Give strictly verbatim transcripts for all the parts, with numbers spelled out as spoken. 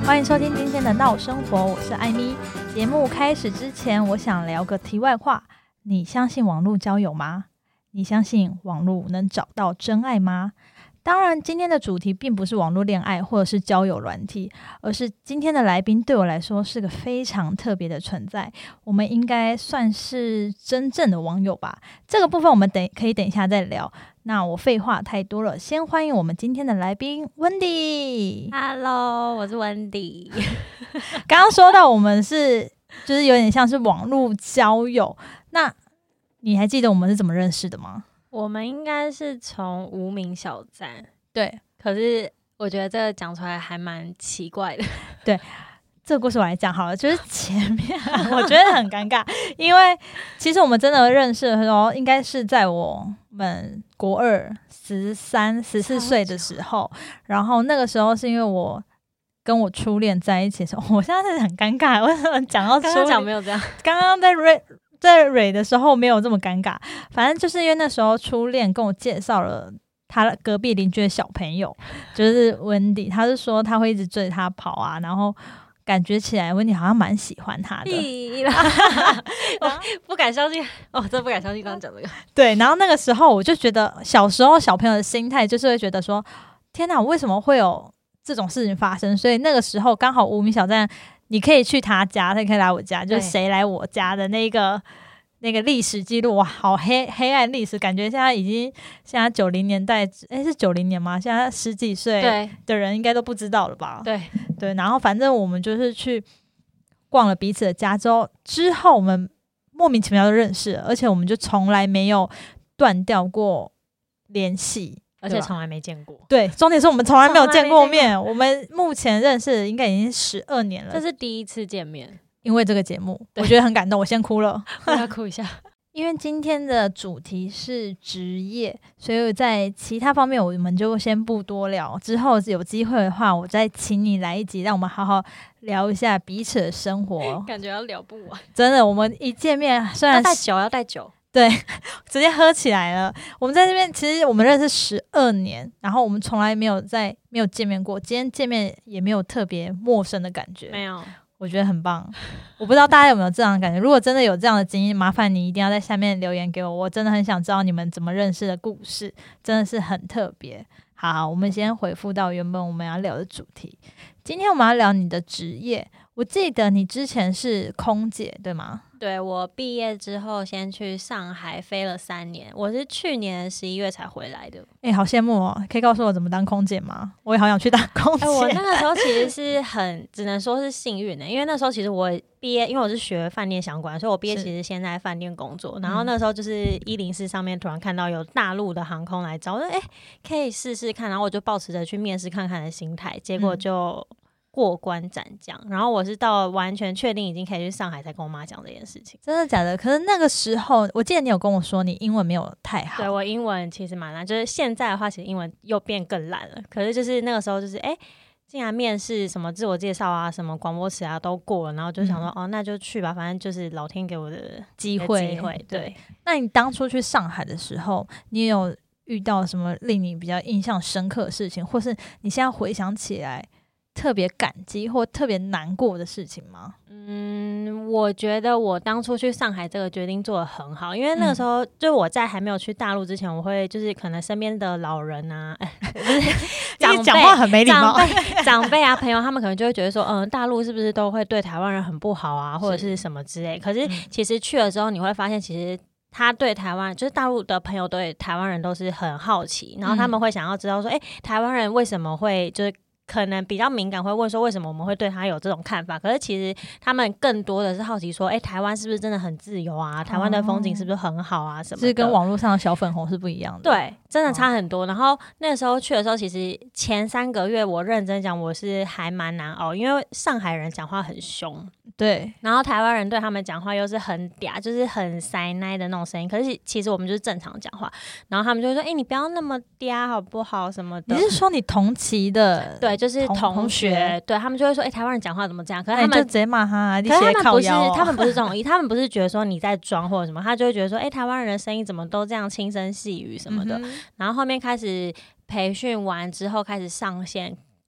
欢迎收听今天的闹生活，我是艾咪。节目开始之前，我想聊个题外话。你相信网络交友吗？你相信网络能找到真爱吗？当然，今天的主题并不是网络恋爱或者是交友软体，而是今天的来宾对我来说是个非常特别的存在。我们应该算是真正的网友吧？这个部分我们等可以等一下再聊。那我废话太多了，先欢迎我们今天的来宾 Wendy。Hello， 我是 Wendy。 刚刚说到我们是就是有点像是网络交友，那你还记得我们是怎么认识的吗？ 我们应该是从无名小站， 对， 可是我觉得这个讲出来还蛮奇怪的。 对，这个故事我来讲好了，就是前面我觉得很尴尬，因为其实我们真的认识的时候，应该是在我们国二十三、十四岁的时候，然后那个时候是因为我跟我初恋在一起的时候，我现在是很尴尬，为什么讲到初恋？ 刚刚讲没有这样， 刚刚在瑞。在蕊的时候没有这么尴尬，反正就是因为那时候初恋跟我介绍了他隔壁邻居的小朋友，就是温迪，他是说他会一直追他跑啊，然后感觉起来温迪好像蛮喜欢他的， 我不敢相信，哦，真不敢相信刚刚讲这个。 对，然后那个时候我就觉得小时候小朋友的心态就是会觉得说，天哪，为什么会有这种事情发生？所以那个时候刚好无名小站。你可以去他家，他也可以来我家，就是谁来我家的那个那个历史记录，哇，好黑黑暗历史，感觉现在已经现在九零年代，哎，是九零年吗？现在十几岁的人应该都不知道了吧？ 对对，然后反正我们就是去逛了彼此的家之后，之后我们莫名其妙就认识了，而且我们就从来没有断掉过联系。 而且从来没见过， 对，重点是我们从来没有见过面。我们目前认识应该已经十二年了， 这是第一次见面。 因为这个节目，我觉得很感动，我先哭了， 我要哭一下。 因为今天的主题是职业，所以在其他方面我们就先不多聊。之后有机会的话，我再请你来一集，让我们好好聊一下彼此的生活。 感觉要聊不完， 真的，我们一见面虽然要带酒，要带酒。 对，直接喝起来了。我们在这边，其实我们认识十二年，然后我们从来没有在没有见面过。今天见面也没有特别陌生的感觉， 没有， 我觉得很棒。我不知道大家有没有这样的感觉？如果真的有这样的经验，麻烦你一定要在下面留言给我，我真的很想知道你们怎么认识的故事，真的是很特别。好，我们先回复到原本我们要聊的主题。今天我们要聊你的职业。我记得你之前是空姐，对吗？ 对，我毕业之后先去上海飞了三年，我是去年十一月才回来的。 哎、欸，好羡慕哦！可以告诉我怎么当空姐吗？我也好想去当空姐。 欸、我那个时候其实是很只能说是幸运的，因为那时候其实我毕业，因为我是学饭店相关，所以我毕业其实先在饭店工作。然后那时候就是一零四上面突然看到有大陆的航空来找，我说哎、欸，可以试试看。然后我就抱持着去面试看看的心态，结果就。嗯过关斩将，然后我是到完全确定已经可以去上海才跟我妈讲这件事情。 真的假的？可是那个时候我记得你有跟我说你英文没有太好。 对，我英文其实蛮烂，就是现在的话其实英文又变更烂了，可是就是那个时候就是哎，竟然面试什么自我介绍啊什么广播词啊都过了，然后就想说、嗯、哦那就去吧，反正就是老天给我的机会机会。 对, 对，那你当初去上海的时候你有遇到什么令你比较印象深刻的事情，或是你现在回想起来特别感激或特别难过的事情吗？ 嗯，我觉得我当初去上海这个决定做得很好，因为那个时候、嗯、就我在还没有去大陆之前，我会就是可能身边的老人啊，哎、 长辈讲话很没礼貌， 长辈长辈啊朋友，他们可能就会觉得说，嗯，大陆是不是都会对台湾人很不好啊，或者是什么之类。可是其实去了之后，你会发现其实。他对台湾就是大陆的朋友对台湾人都是很好奇，然后他们会想要知道说，哎、欸，台湾人为什么会就是可能比较敏感，会问说为什么我们会对他有这种看法？可是其实他们更多的是好奇说，哎、欸，台湾是不是真的很自由啊？台湾的风景是不是很好啊？什么的？ 是跟网络上的小粉红是不一样的。 对，真的差很多。然后那个时候去的时候，其实前三个月我认真讲，我是还蛮难熬，因为上海人讲话很凶。 对， 然后台湾人对他们讲话又是很嗲，就是很塞奶的那种声音。可是其实我们就是正常讲话，然后他们就会说：“哎、欸，你不要那么嗲好不好？什么的。” 你是说你同期的？ 对，就是同学，同学对他们就会说：“哎、欸，台湾人讲话怎么这样？”可是他们、 欸、就直接骂他、啊，可是他们不是， 哦、 他们不是这种意，他们不是觉得说你在装或者什么，他就会觉得说：“哎、欸，台湾人的声音怎么都这样轻声细语什么的。嗯”然后后面开始培训完之后，开始上线。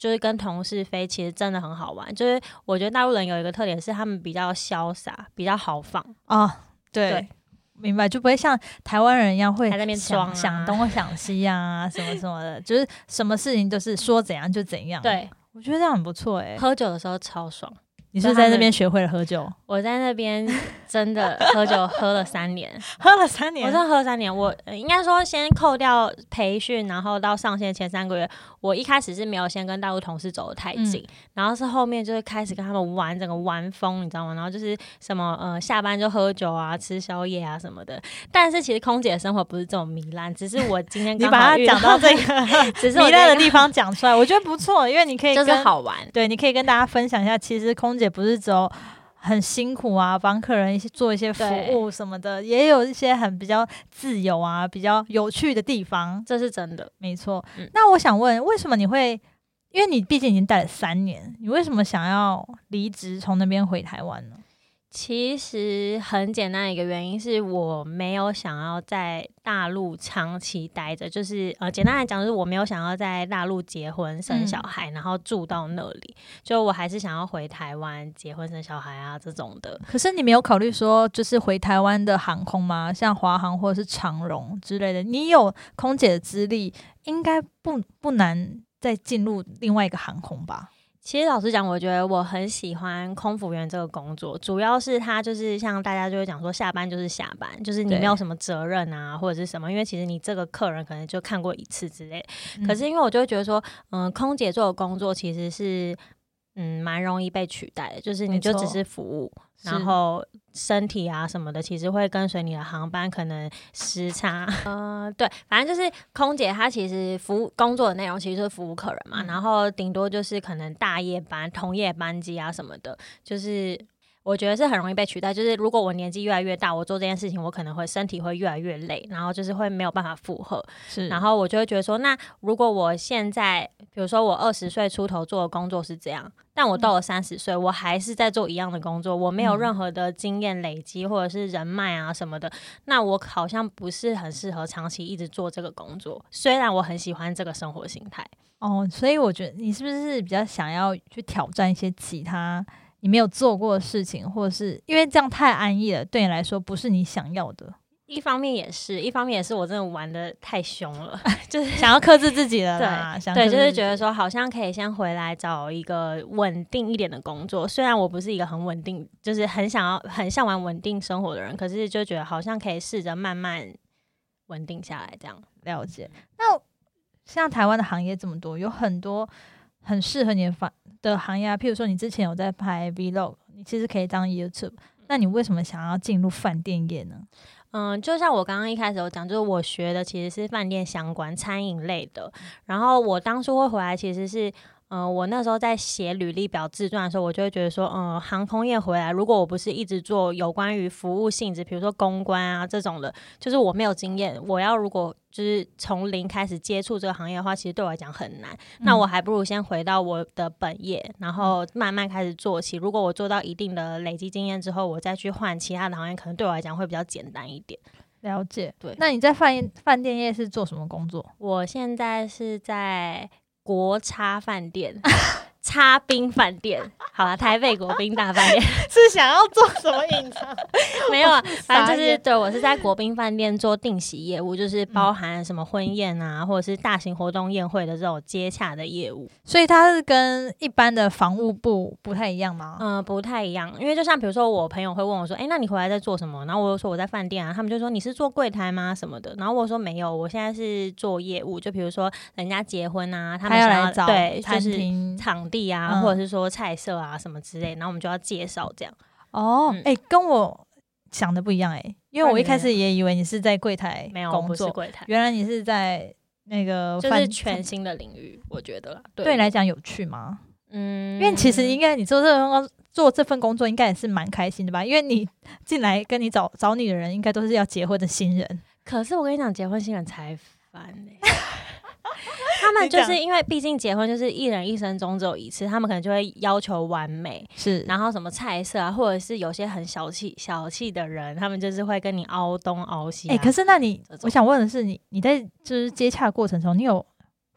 就是跟同事飞，其实真的很好玩。就是我觉得大陆人有一个特点是他们比较潇洒，比较豪放哦，对。 对明白，就不会像台湾人一样会在那边装、啊、 想东想西啊，什么什么的，就是什么事情都是说怎样就怎样。 对， 我觉得这样很不错哎、欸。 喝酒的时候超爽。 你是不是在那边学会了喝酒？ 我在那边真的喝酒喝了三年， 喝了三年， 我真的喝了三年。我、呃、应该说先扣掉培训，然后到上线前三个月，我一开始是没有先跟大陆同事走得太近、嗯，然后是后面就是开始跟他们玩，整个玩疯，你知道吗？然后就是什么呃下班就喝酒啊，吃宵夜啊什么的。但是其实空姐的生活不是这种糜烂，只是我今天刚好遇到你把它讲到这个只是糜烂的地方讲出来，我觉得不错，因为你可以跟就是好玩， 对，你可以跟大家分享一下，其实空姐也不是只有很辛苦啊，帮客人一些做一些服务什么的，也有一些很比较自由啊、比较有趣的地方， 这是真的， 没错、 嗯。 那我想问，为什么你会？因为你毕竟已经待了三年，你为什么想要离职从那边回台湾呢？ 其实很简单的一个原因是我没有想要在大陆长期待着，就是呃，简单来讲就是我没有想要在大陆结婚生小孩、嗯、然后住到那里，就我还是想要回台湾结婚生小孩啊这种的。 可是你没有考虑说就是回台湾的航空吗？像华航或者是长荣之类的，你有空姐的资历，应该不不难再进入另外一个航空吧？ 其实老实讲，我觉得我很喜欢空服员这个工作，主要是他就是像大家就会讲说下班就是下班，就是你没有什么责任啊或者是什么，因为其实你这个客人可能就看过一次之类、嗯、可是因为我就会觉得说嗯，空姐做的工作其实是嗯蛮容易被取代的，就是你就只是服务，然后身体啊什么的其实会跟随你的航班可能时差呃，对，反正就是空姐她其实服务工作的内容其实就是服务客人嘛、嗯、然后顶多就是可能大夜班同夜班机啊什么的，就是我觉得是很容易被取代，就是如果我年纪越来越大，我做这件事情我可能会身体会越来越累，然后就是会没有办法负荷，是，然后我就会觉得说那如果我现在比如说我二十岁出头做的工作是这样，但我到了三十岁、嗯、我还是在做一样的工作，我没有任何的经验累积或者是人脉啊什么的，那我好像不是很适合长期一直做这个工作，虽然我很喜欢这个生活形态。 哦，所以我觉得你是不是比较想要去挑战一些其他你没有做过的事情，或者是因为这样太安逸了，对你来说不是你想要的？ 一方面也是，一方面也是我真的玩得太凶了，就是想要克制自己了啦。 对，对，就是觉得说好像可以先回来找一个稳定一点的工作。虽然我不是一个很稳定，就是很想要、很向往稳定生活的人，可是就觉得好像可以试着慢慢稳定下来，这样。 了解。那像台湾的行业这么多，有很多很适合你的的行业啊，譬如说你之前有在拍 vlog， 你其实可以当 YouTube， 那你为什么想要进入饭店业呢？ 嗯，就像我刚刚一开始有讲，就是我学的其实是饭店相关餐饮类的，然后我当初会回来其实是嗯，我那时候在写履历表自传的时候，我就会觉得说嗯，航空业回来如果我不是一直做有关于服务性质，比如说公关啊这种的，就是我没有经验，我要如果就是从零开始接触这个行业的话，其实对我来讲很难、嗯、那我还不如先回到我的本业，然后慢慢开始做起，如果我做到一定的累积经验之后，我再去换其他的行业，可能对我来讲会比较简单一点。 了解。 对， 那你在饭饭店业是做什么工作？ 我现在是在国差饭店差宾饭店，好啦，台北国宾大饭店是想要做什么隐藏？ 没有啊，反正就是对我是在国宾饭店做定席业务，就是包含什么婚宴啊、嗯、或者是大型活动宴会的这种接洽的业务。 所以它是跟一般的房务部不太一样吗？ 嗯、呃，不太一样，因为就像比如说我朋友会问我说，哎，那你回来在做什么？然后我就说我在饭店啊，他们就说你是做柜台吗什么的，然后我说没有，我现在是做业务，就比如说人家结婚啊，他们想要要来找对餐厅、就是、场地啊、嗯，或者是说菜色啊什么之类，然后我们就要介绍这样。 哦，哎、嗯欸，跟我想的不一样哎、欸，因为我一开始也以为你是在柜台工作， 没有，不是柜台， 原来你是在那个就是全新的领域，我觉得啦。对， 对你来讲有趣吗？ 嗯， 因为其实应该你做这份工做这份工作应该也是蛮开心的吧？因为你进来跟你找找你的人，应该都是要结婚的新人。 可是我跟你讲，结婚新人才烦哎、欸。他们就是因为毕竟结婚就是一人一生中只有一次，他们可能就会要求完美，是，然后什么菜色啊，或者是有些很小气小气的人，他们就是会跟你凹东凹西、啊。哎、 欸，可是那你我想问的是，你你在就是接洽的过程中，你有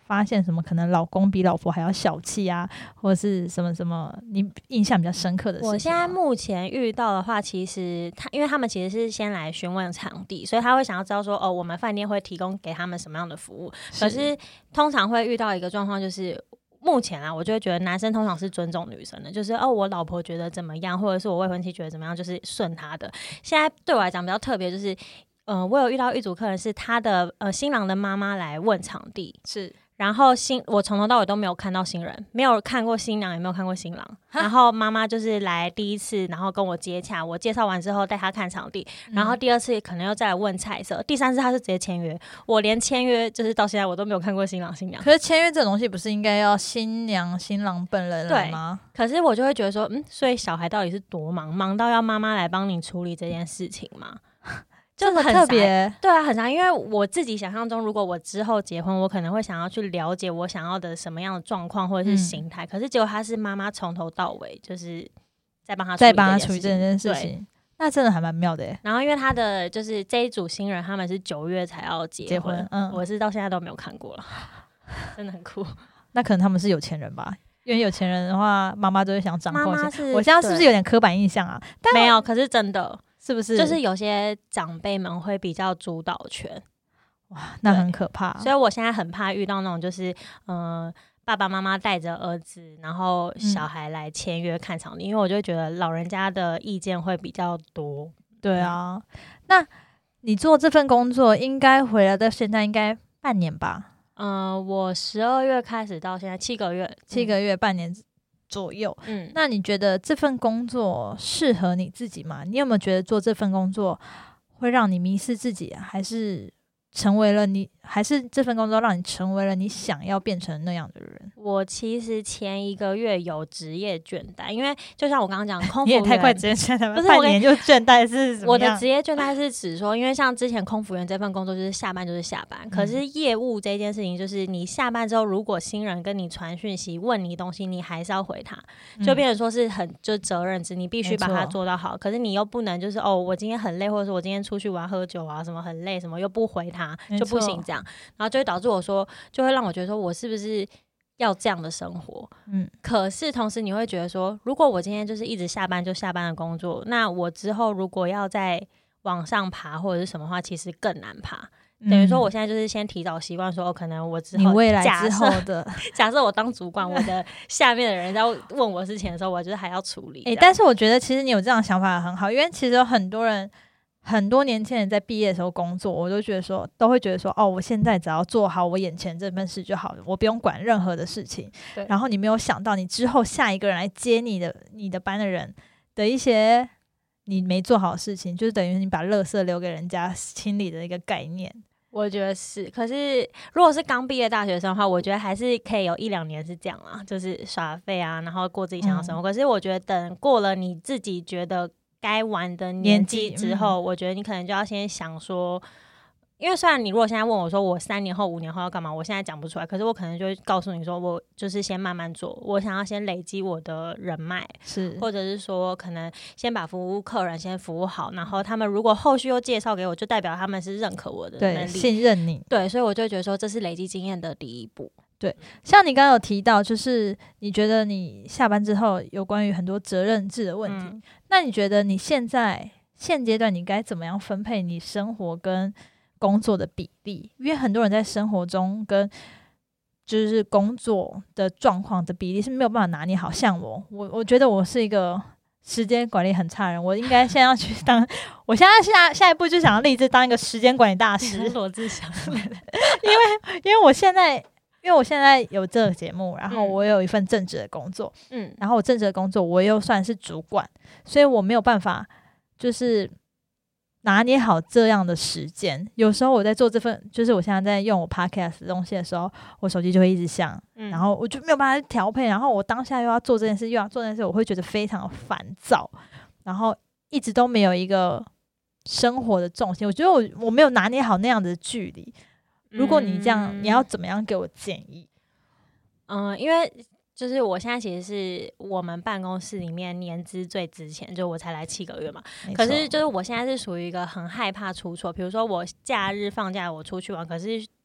发现什么可能老公比老婆还要小气啊，或者是什么什么你印象比较深刻的事情？ 我现在目前遇到的话，其实他因为他们其实是先来询问场地，所以他会想要知道说，哦，我们饭店会提供给他们什么样的服务。是可是通常会遇到一个状况就是。目前啊，我就会觉得男生通常是尊重女生的，就是哦，我老婆觉得怎么样，或者是我未婚妻觉得怎么样，就是顺她的。现在对我来讲比较特别，就是呃，我有遇到一组客人是他的呃新郎的妈妈来问场地， 是， 然后新我从头到尾都没有看到新人，没有看过新娘，也没有看过新郎。然后妈妈就是来第一次，然后跟我接洽，我介绍完之后带他看场地，然后第二次可能又再来问菜色，第三次他是直接签约。我连签约就是到现在我都没有看过新郎新娘。 可是签约这种东西不是应该要新娘新郎本人来吗？ 可是我就会觉得说，嗯，所以小孩到底是多忙，忙到要妈妈来帮你处理这件事情吗？ 就很特别， 对啊，很常。因为我自己想象中，如果我之后结婚，我可能会想要去了解我想要的什么样的状况或者是形态、嗯。可是结果他是妈妈从头到尾就是在帮他再帮他处理这件事情，那真的还蛮妙的耶。 然后因为他的就是这一组新人，他们是九月才要结婚，结婚嗯，我是到现在都没有看过了，真的很酷。 那可能他们是有钱人吧？因为有钱人的话，妈妈都会想掌控一些。 妈妈我现在是不是有点刻板印象啊？但没有，可是真的。 是不是就是有些长辈们会比较主导权？ 哇，那很可怕。 所以我现在很怕遇到那种就是呃爸爸妈妈带着儿子，然后小孩来签约看场地、嗯，因为我就觉得老人家的意见会比较多。 对啊，那你做这份工作应该回来到现在应该半年吧？ 嗯、呃，我十二月开始到现在七个月， 七个月、嗯、半年左右。嗯，那你觉得这份工作适合你自己吗？你有没有觉得做这份工作会让你迷失自己，还是成为了你，还是这份工作让你成为了你想要变成那样的人？ 我其实前一个月有职业倦怠，因为就像我刚刚讲，空服员你也太快职业倦怠，不是半年就倦怠是什么样？ 我的职业倦怠是指说，因为像之前空服员这份工作就是下班就是下班、嗯，可是业务这件事情就是你下班之后，如果新人跟你传讯息问你东西，你还是要回他，就变成说是很就责任制，你必须把它做到好。可是你又不能就是哦，我今天很累，或者是我今天出去玩喝酒啊什么很累，什么又不回他就不行这样，然后就会导致我说，就会让我觉得说我是不是要这样的生活？嗯，可是同时你会觉得说，如果我今天就是一直下班就下班的工作，那我之后如果要再往上爬或者是什么话，其实更难爬。嗯、等于说我现在就是先提早习惯说、哦、可能我之后你未来之后的假设我当主管，我的下面的人在问我事情的时候，我就是还要处理、 欸、但是我觉得其实你有这样的想法很好，因为其实有很多人很多年轻人在毕业的时候工作，我都觉得说都会觉得说哦，我现在只要做好我眼前这份事就好了，我不用管任何的事情。然后你没有想到你之后下一个人来接你的你的班的人的一些你没做好的事情，就是等于你把垃圾留给人家清理的一个概念。 我觉得是，可是如果是刚毕业大学生的话，我觉得还是可以有一两年是这样啦，就是耍废啊，然后过自己想要生活、嗯、可是我觉得等过了你自己觉得该玩的年纪之后、嗯、我觉得你可能就要先想说，因为虽然你如果现在问我说我三年后五年后要干嘛，我现在讲不出来，可是我可能就会告诉你说，我就是先慢慢做，我想要先累积我的人脉，是，或者是说可能先把服务客人先服务好，然后他们如果后续又介绍给我，就代表他们是认可我的能力， 对，信任你， 对，所以我就觉得说这是累积经验的第一步。 对，像你刚刚有提到，就是你觉得你下班之后有关于很多责任制的问题、嗯、那你觉得你现在现阶段你该怎么样分配你生活跟工作的比例？因为很多人在生活中跟就是工作的状况的比例是没有办法拿捏好，像我我我觉得我是一个时间管理很差的人，我应该现在要去当我现在下下一步就想要立志当一个时间管理大师， 罗志祥因为因为我现在因为我现在有这个节目，然后我有一份正职的工作，嗯，然后我正职的工作我又算是主管，所以我没有办法就是拿捏好这样的时间。有时候我在做这份，就是我现在在用我 podcast 的东西的时候，我手机就会一直响、嗯、然后我就没有办法调配，然后我当下又要做这件事又要做这件事，我会觉得非常的烦躁，然后一直都没有一个生活的重心。我觉得我我没有拿捏好那样的距离。如果你这样、嗯、你要怎么样给我建议？ 嗯，因为就是我现在其实是我们办公室里面年资最值钱，就我才来七个月嘛。可是就是我现在是属于一个很害怕出错，比如说我假日放假我出去玩，可是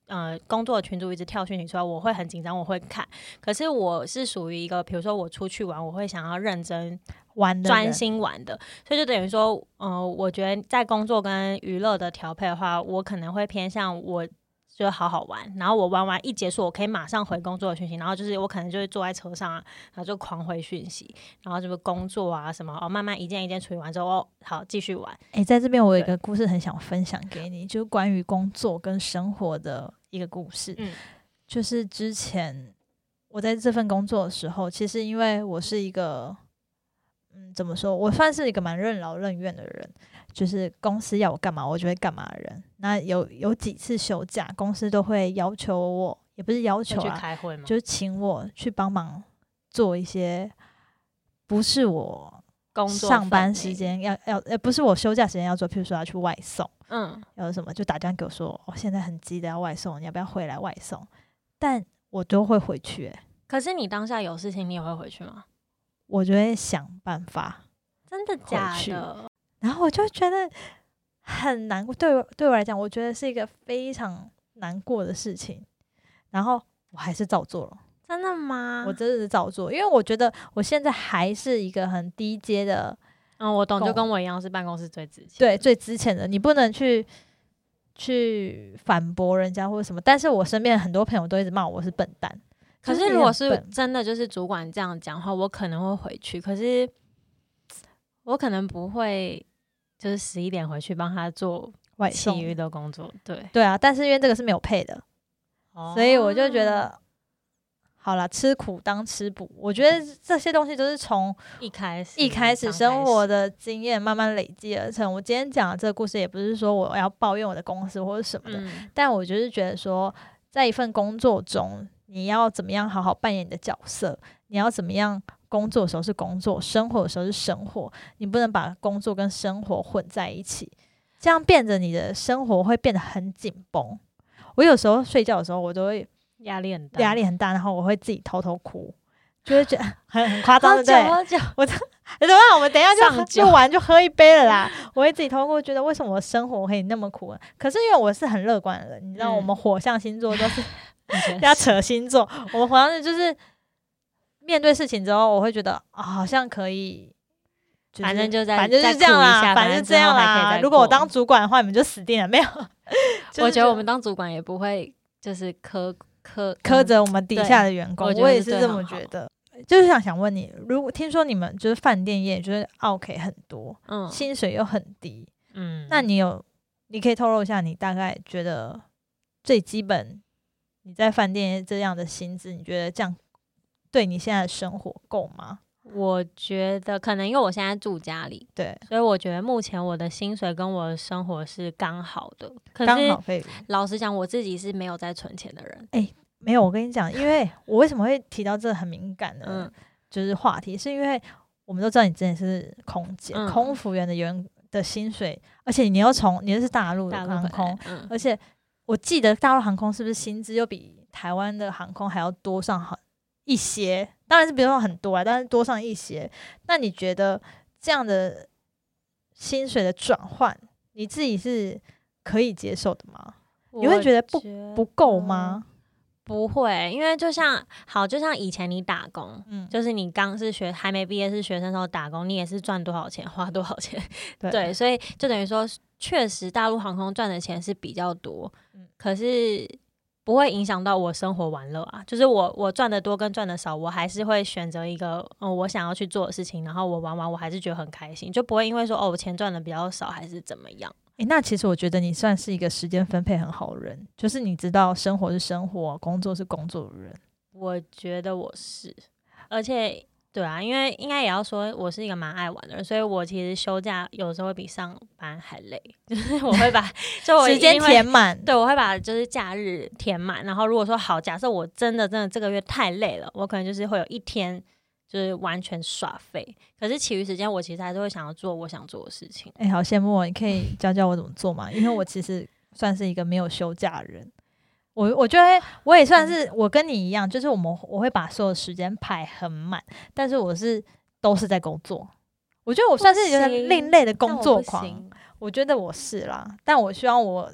呃工作的群组一直跳讯息出来，我会很紧张，我会看。可是我是属于一个，比如说我出去玩，我会想要认真玩的专心玩的，所以就等于说，呃，我觉得在工作跟娱乐的调配的话，我可能会偏向我。就好好玩，然后我玩完一结束，我可以马上回工作的讯息，然后就是我可能就是坐在车上啊，然后就狂回讯息，然后就是工作啊什么哦，慢慢一件一件处理完之后，哦，好继续玩。 哎、欸，在这边我有一个故事很想分享给你，就是关于工作跟生活的一个故事。嗯，就是之前我在这份工作的时候，其实因为我是一个，嗯，怎么说，我算是一个蛮任劳任怨的人。就是公司要我干嘛我就会干嘛的人，那有有几次休假公司都会要求我，也不是要求啊， 去开会吗？ 就是请我去帮忙做一些不是我上班时间要要呃不是我休假时间要做，譬如说要去外送，嗯，要什么就打电话给我说哦，现在很急的要外送，你要不要回来外送？但我都会回去、欸、 可是你当下有事情你也会回去吗？ 我就会想办法。 真的假的？ 然后我就觉得很难过，对我对我来讲，我觉得是一个非常难过的事情。然后我还是照做了。 真的吗？ 我真的是照做，因为我觉得我现在还是一个很低阶的。 嗯，我懂，就跟我一样是办公室最值钱。 对，最值钱的，你不能去去反驳人家或者什么。但是我身边很多朋友都一直骂我是笨蛋。 可是如果是真的就是主管这样讲的话，我可能会回去。可是我可能不会。就是十一点回去帮他做其余的工作，对对啊，但是因为这个是没有配的，哦、所以我就觉得好啦，吃苦当吃补。我觉得这些东西都是从一开始一开始生活的经验慢慢累积而成。我今天讲的这个故事，也不是说我要抱怨我的公司或者什么的，嗯、但我就是觉得说，在一份工作中，你要怎么样好好扮演你的角色，你要怎么样。工作的时候是工作，生活的时候是生活，你不能把工作跟生活混在一起，这样变得你的生活会变得很紧绷。我有时候睡觉的时候，我都会压力很大， 压力很大，然后我会自己偷偷哭，就会觉得很很夸张，对不对？我怎么办？我们等一下就录完就喝一杯了啦。我会自己偷哭，觉得为什么我生活可以那么苦？可是因为我是很乐观的人，你知道，我们火象星座都是要扯星座，我们火象星座就是。面对事情之后，我会觉得、哦、好像可以、就是， 反正就在， 反正就是这样啦，反正这样啦。如果我当主管的话，你们就死定了。没有，就是、 我觉得我们当主管也不会就是苛苛苛责我们底下的员工。我, 我也是这么觉得。就是想想问你，如果听说你们就是饭店业，就是 OK 很多，嗯，薪水又很低，嗯，那你有你可以透露一下，你大概觉得最基本你在饭店业这样的薪资，你觉得这样？对你现在的生活够吗？ 我觉得可能因为我现在住家里， 对， 所以我觉得目前我的薪水跟我的生活是刚好的。可是老实讲，我自己是没有在存钱的人。 哎、欸，没有，我跟你讲，因为我为什么会提到这个很敏感的，嗯、就是话题，是因为我们都知道你之前是空姐、嗯，空服员的员的薪水，而且你又从你又是大陆的航空，嗯、而且我记得大陆航空是不是薪资又比台湾的航空还要多上好？一些，当然是不用很多啦，但是多上一些。那你觉得这样的薪水的转换，你自己是可以接受的吗？你会觉得不不够吗？ 不会，因为就像好，就像以前你打工，嗯，就是你刚是学还没毕业是学生的时候打工，你也是赚多少钱花多少钱，对，对，所以就等于说，确实大陆航空赚的钱是比较多，嗯，可是。不会影响到我生活玩乐啊，就是我我赚的多跟赚的少，我还是会选择一个嗯我想要去做的事情，然后我玩完我还是觉得很开心，就不会因为说哦我钱赚的比较少还是怎么样。 欸，那其实我觉得你算是一个时间分配很好的人，就是你知道生活是生活，工作是工作的人。 我觉得我是，而且对啊，因为应该也要说我是一个蛮爱玩的人，所以我其实休假有时候会比上班还累，就是我会把就我时间填满， 对，我会把就是假日填满，然后如果说好，假设我真的真的这个月太累了，我可能就是会有一天就是完全耍废，可是其余时间我其实还是会想要做我想做的事情。 哎、欸，好羡慕哦！你可以教教我怎么做吗？因为我其实算是一个没有休假的人。我我觉得我也算是，我跟你一样，就是我们我会把所有时间排很满，但是我是都是在工作。我觉得我算是一个另类的工作狂，我, 我觉得我是啦，但我希望我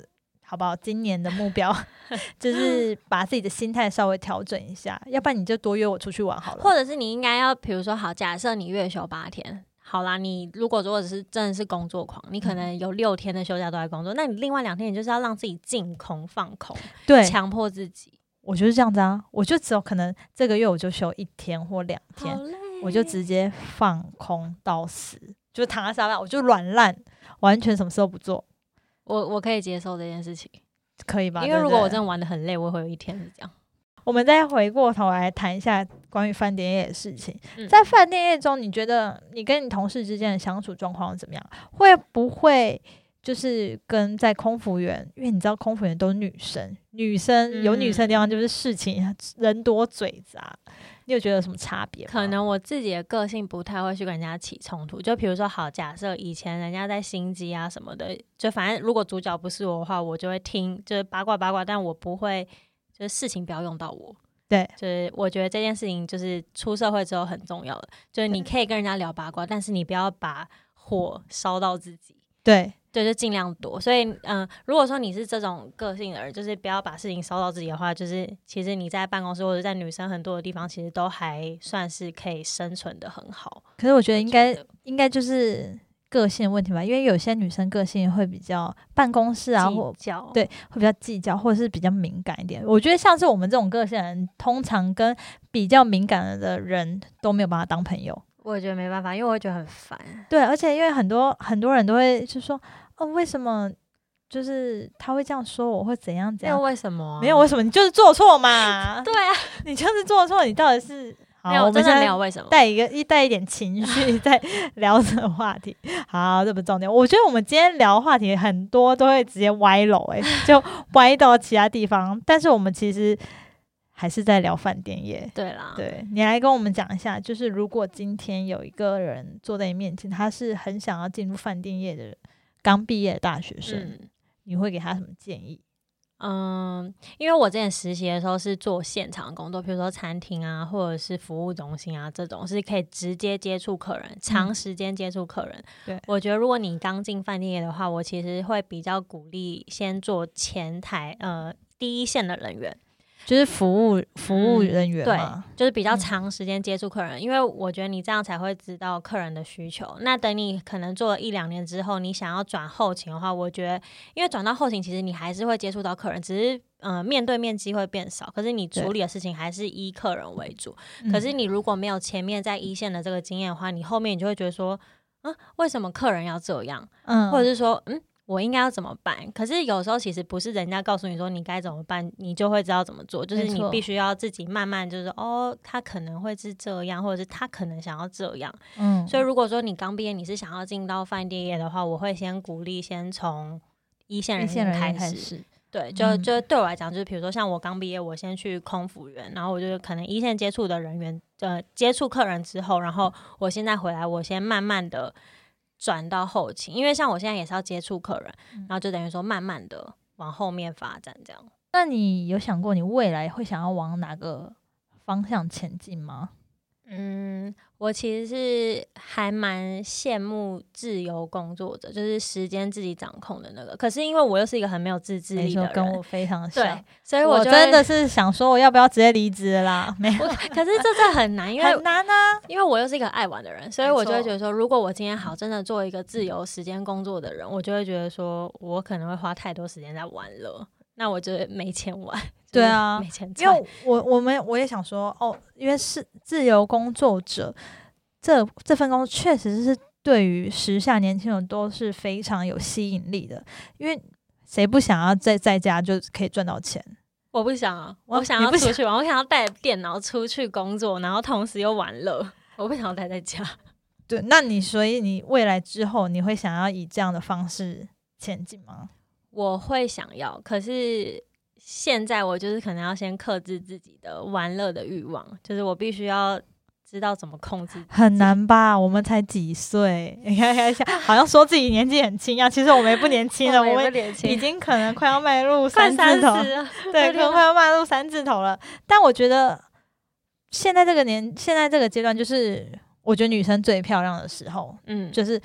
好不好？今年的目标就是把自己的心态稍微调整一下，要不然你就多约我出去玩好了。 或者是你应该要，比如说好，假设你月休八天，好啦，你如果如果只是真的是工作狂，你可能有六天的休假都在工作，嗯、那你另外两天你就是要让自己净空放空， 对， 强迫自己。 我就是这样子啊，我就只有可能这个月我就休一天或两天，我就直接放空到死，就躺在沙发，我就软烂，完全什么事都不做。 我我可以接受这件事情， 可以吧？ 因为如果我真的玩得很累，我会有一天是这样。 我们再回过头来谈一下关于饭店业的事情。嗯、在饭店业中，你觉得你跟你同事之间的相处状况怎么样？会不会就是跟在空服员，因为你知道空服员都是女生，女生有女生的地方就是事情、嗯、人多嘴杂，你有觉得有什么差别吗？ 可能我自己的个性不太会去跟人家起冲突，就比如说好，假设以前人家在心机啊什么的，就反正如果主角不是我的话，我就会听，就是八卦八卦，但我不会，就是事情不要用到我。 对， 就是我觉得这件事情就是出社会之后很重要的，就是你可以跟人家聊八卦，但是你不要把火烧到自己。 对。 对，就尽量多。所以，嗯、呃，如果说你是这种个性的人，就是不要把事情烧到自己的话，就是其实你在办公室或者在女生很多的地方，其实都还算是可以生存的很好。 可是我觉得应该应该就是个性的问题吧，因为有些女生个性会比较办公室啊，或对会比较计较，或者是比较敏感一点。我觉得像是我们这种个性的人，通常跟比较敏感的人都没有办法当朋友。 我也觉得没办法，因为我会觉得很烦。 对，而且因为很多很多人都会就说，哦，为什么就是他会这样说我，会怎样怎样？ 没有为什么、啊？ 没有为什么？你就是做错嘛。 对啊， 你就是做错，你到底是没有，我们真的没有为什么？ 带一个一带一点情绪在聊这个话题。好，这不重点。我觉得我们今天聊的话题很多都会直接歪楼、欸，哎，就歪到其他地方。但是我们其实还是在聊饭店业。 对啦， 对，你来跟我们讲一下，就是如果今天有一个人坐在你面前，他是很想要进入饭店业的刚毕业的大学生、嗯，你会给他什么建议？ 嗯，因为我之前实习的时候是做现场工作，比如说餐厅啊，或者是服务中心啊，这种是可以直接接触客人、长时间接触客人、嗯。对，我觉得如果你刚进饭店业的话，我其实会比较鼓励先做前台呃第一线的人员。 就是服务服务人员嘛、嗯，对，就是比较长时间接触客人、嗯，因为我觉得你这样才会知道客人的需求。那等你可能做了一两年之后，你想要转后勤的话，我觉得因为转到后勤，其实你还是会接触到客人，只是呃面对面机会变少，可是你处理的事情还是以客人为主。可是你如果没有前面在一线的这个经验的话，你后面你就会觉得说，嗯，为什么客人要这样？嗯，或者是说，嗯。我应该要怎么办？可是有时候其实不是人家告诉你说你该怎么办，你就会知道怎么做，就是你必须要自己慢慢就是哦，他可能会是这样，或者是他可能想要这样。嗯，所以如果说你刚毕业，你是想要进到饭店业的话，我会先鼓励先从一线人员开始。开始对，就就对我来讲，就是比如说像我刚毕业，我先去空服员，然后我就可能一线接触的人员，呃，接触客人之后，然后我现在回来，我先慢慢的。转到后勤，因为像我现在也是要接触客人、嗯、然后就等于说慢慢的往后面发展这样。 那你有想过你未来会想要往哪个方向前进吗？ 嗯，我其实是还蛮羡慕自由工作者，就是时间自己掌控的那个。可是因为我又是一个很没有自制力的人， 跟我非常像， 对，所以我, 我真的是想说我要不要直接离职啦？没有， 可是这这很难，因为很难啊， 因为我又是一个爱玩的人，所以我就会觉得说，如果我今天好真的做一个自由时间工作的人，我就会觉得说我可能会花太多时间在玩乐，那我就没钱玩。 对啊， 没钱因为我我们我也想说哦，因为是自由工作者，这这份工作确实是对于时下年轻人都是非常有吸引力的，因为谁不想要在在家就可以赚到钱？ 我不想啊，我想要出去玩，我想要带电脑出去工作，然后同时又玩乐，我不想要待在家。 对，那你所以你未来之后你会想要以这样的方式前进吗？ 我会想要，可是现在我就是可能要先克制自己的玩乐的欲望，就是我必须要知道怎么控制自己。 很难吧？我们才几岁，你看看，好像说自己年纪很轻一样，其实我们也不年轻了，我们已经可能快要迈入三字头，对，可能快要迈入三字头了。但我觉得现在这个年，现在这个阶段，就是我觉得女生最漂亮的时候，嗯，就是。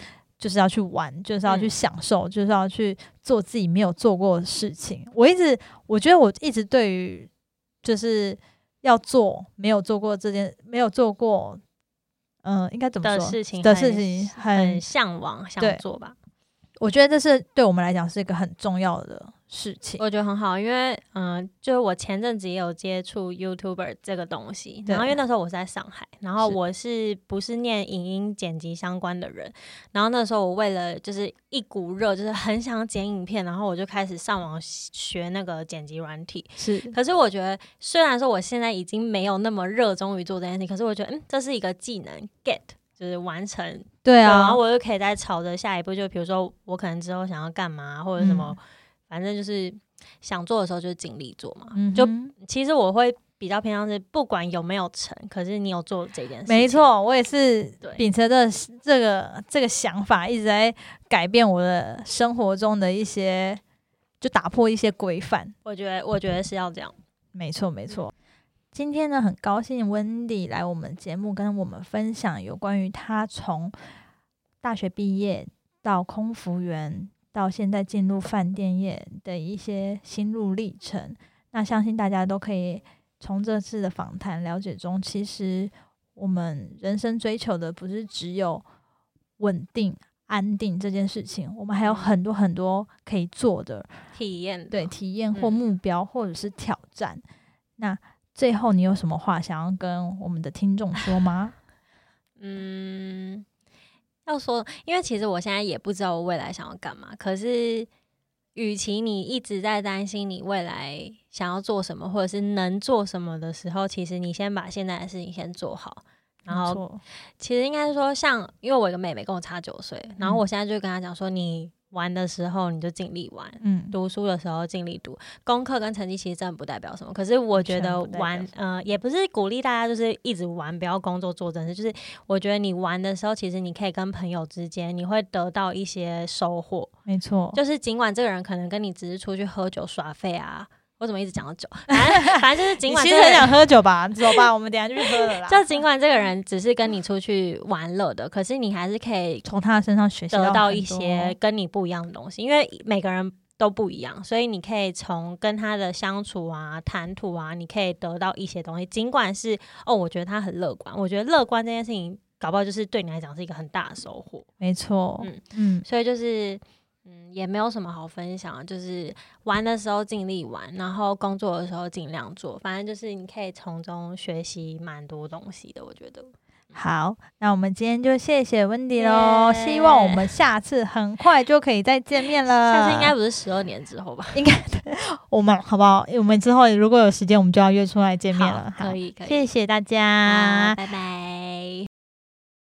就是要去玩，就是要去享受、嗯、就是要去做自己没有做过的事情。我一直我觉得我一直对于就是要做没有做过这件没有做过嗯、呃，应该怎么说的事情的事情很向往想做吧。 我觉得这是对我们来讲是一个很重要的事情。 我觉得很好，因为嗯、呃，就是我前阵子也有接触 YouTuber 这个东西，然后因为那时候我是在上海，然后我是不是念影音剪辑相关的人，然后那时候我为了就是一股热，就是很想剪影片，然后我就开始上网学那个剪辑软体。 是， 可是我觉得虽然说我现在已经没有那么热衷于做这件事情，可是我觉得嗯，这是一个技能 get。就是完成， 对啊， 然后我就可以再朝着下一步，就比如说我可能之后想要干嘛，或者什么、嗯，反正就是想做的时候就尽力做嘛。嗯、就其实我会比较偏向是，不管有没有成，可是你有做这件事情。 没错，我也是秉承着这个这个想法，一直在改变我的生活中的一些，就打破一些规范。 我觉得，我觉得是要这样。 没错，没错。今天呢，很高兴 Wendy 来我们节目跟我们分享有关于她从大学毕业到空服员到现在进入饭店业的一些心路历程。那相信大家都可以从这次的访谈了解中，其实我们人生追求的不是只有稳定安定这件事情，我们还有很多很多可以做的体验， 对体验或目标、嗯、或者是挑战。那最后你有什么话想要跟我们的听众说吗？ 嗯，要说，因为其实我现在也不知道我未来想要干嘛，可是与其你一直在担心你未来想要做什么或者是能做什么的时候，其实你先把现在的事情先做好。然后其实应该说像因为我有个妹妹跟我差九岁，然后我现在就跟她讲说，你玩的时候你就尽力玩，嗯，读书的时候尽力读，功课跟成绩其实真的不代表什么。可是我觉得玩，呃，也不是鼓励大家就是一直玩，不要工作做正事。就是我觉得你玩的时候，其实你可以跟朋友之间，你会得到一些收获。 没错， 就是尽管这个人可能跟你只是出去喝酒耍废啊。我怎么一直讲到酒？反正反正就是尽管、这个、 你其实很想喝酒吧，走吧，我们等一下就去喝了啦。 就尽管这个人只是跟你出去玩乐的，可是你还是可以从他身上学习得到一些跟你不一样的东西，因为每个人都不一样，所以你可以从跟他的相处啊、谈吐啊，你可以得到一些东西。尽管是哦，我觉得他很乐观，我觉得乐观这件事情，搞不好就是对你来讲是一个很大的收获。 没错， 嗯嗯，所以就是。嗯，也没有什么好分享，就是玩的时候尽力玩，然后工作的时候尽量做，反正就是你可以从中学习蛮多东西的，我觉得。 好，那我们今天就谢谢 Wendy 咯、yeah. 希望我们下次很快就可以再见面了。 下次应该不是十二年之后吧？ 应该我们好不好？我们之后如果有时间，我们就要约出来见面了。 可以，可以， 谢谢大家， 拜拜。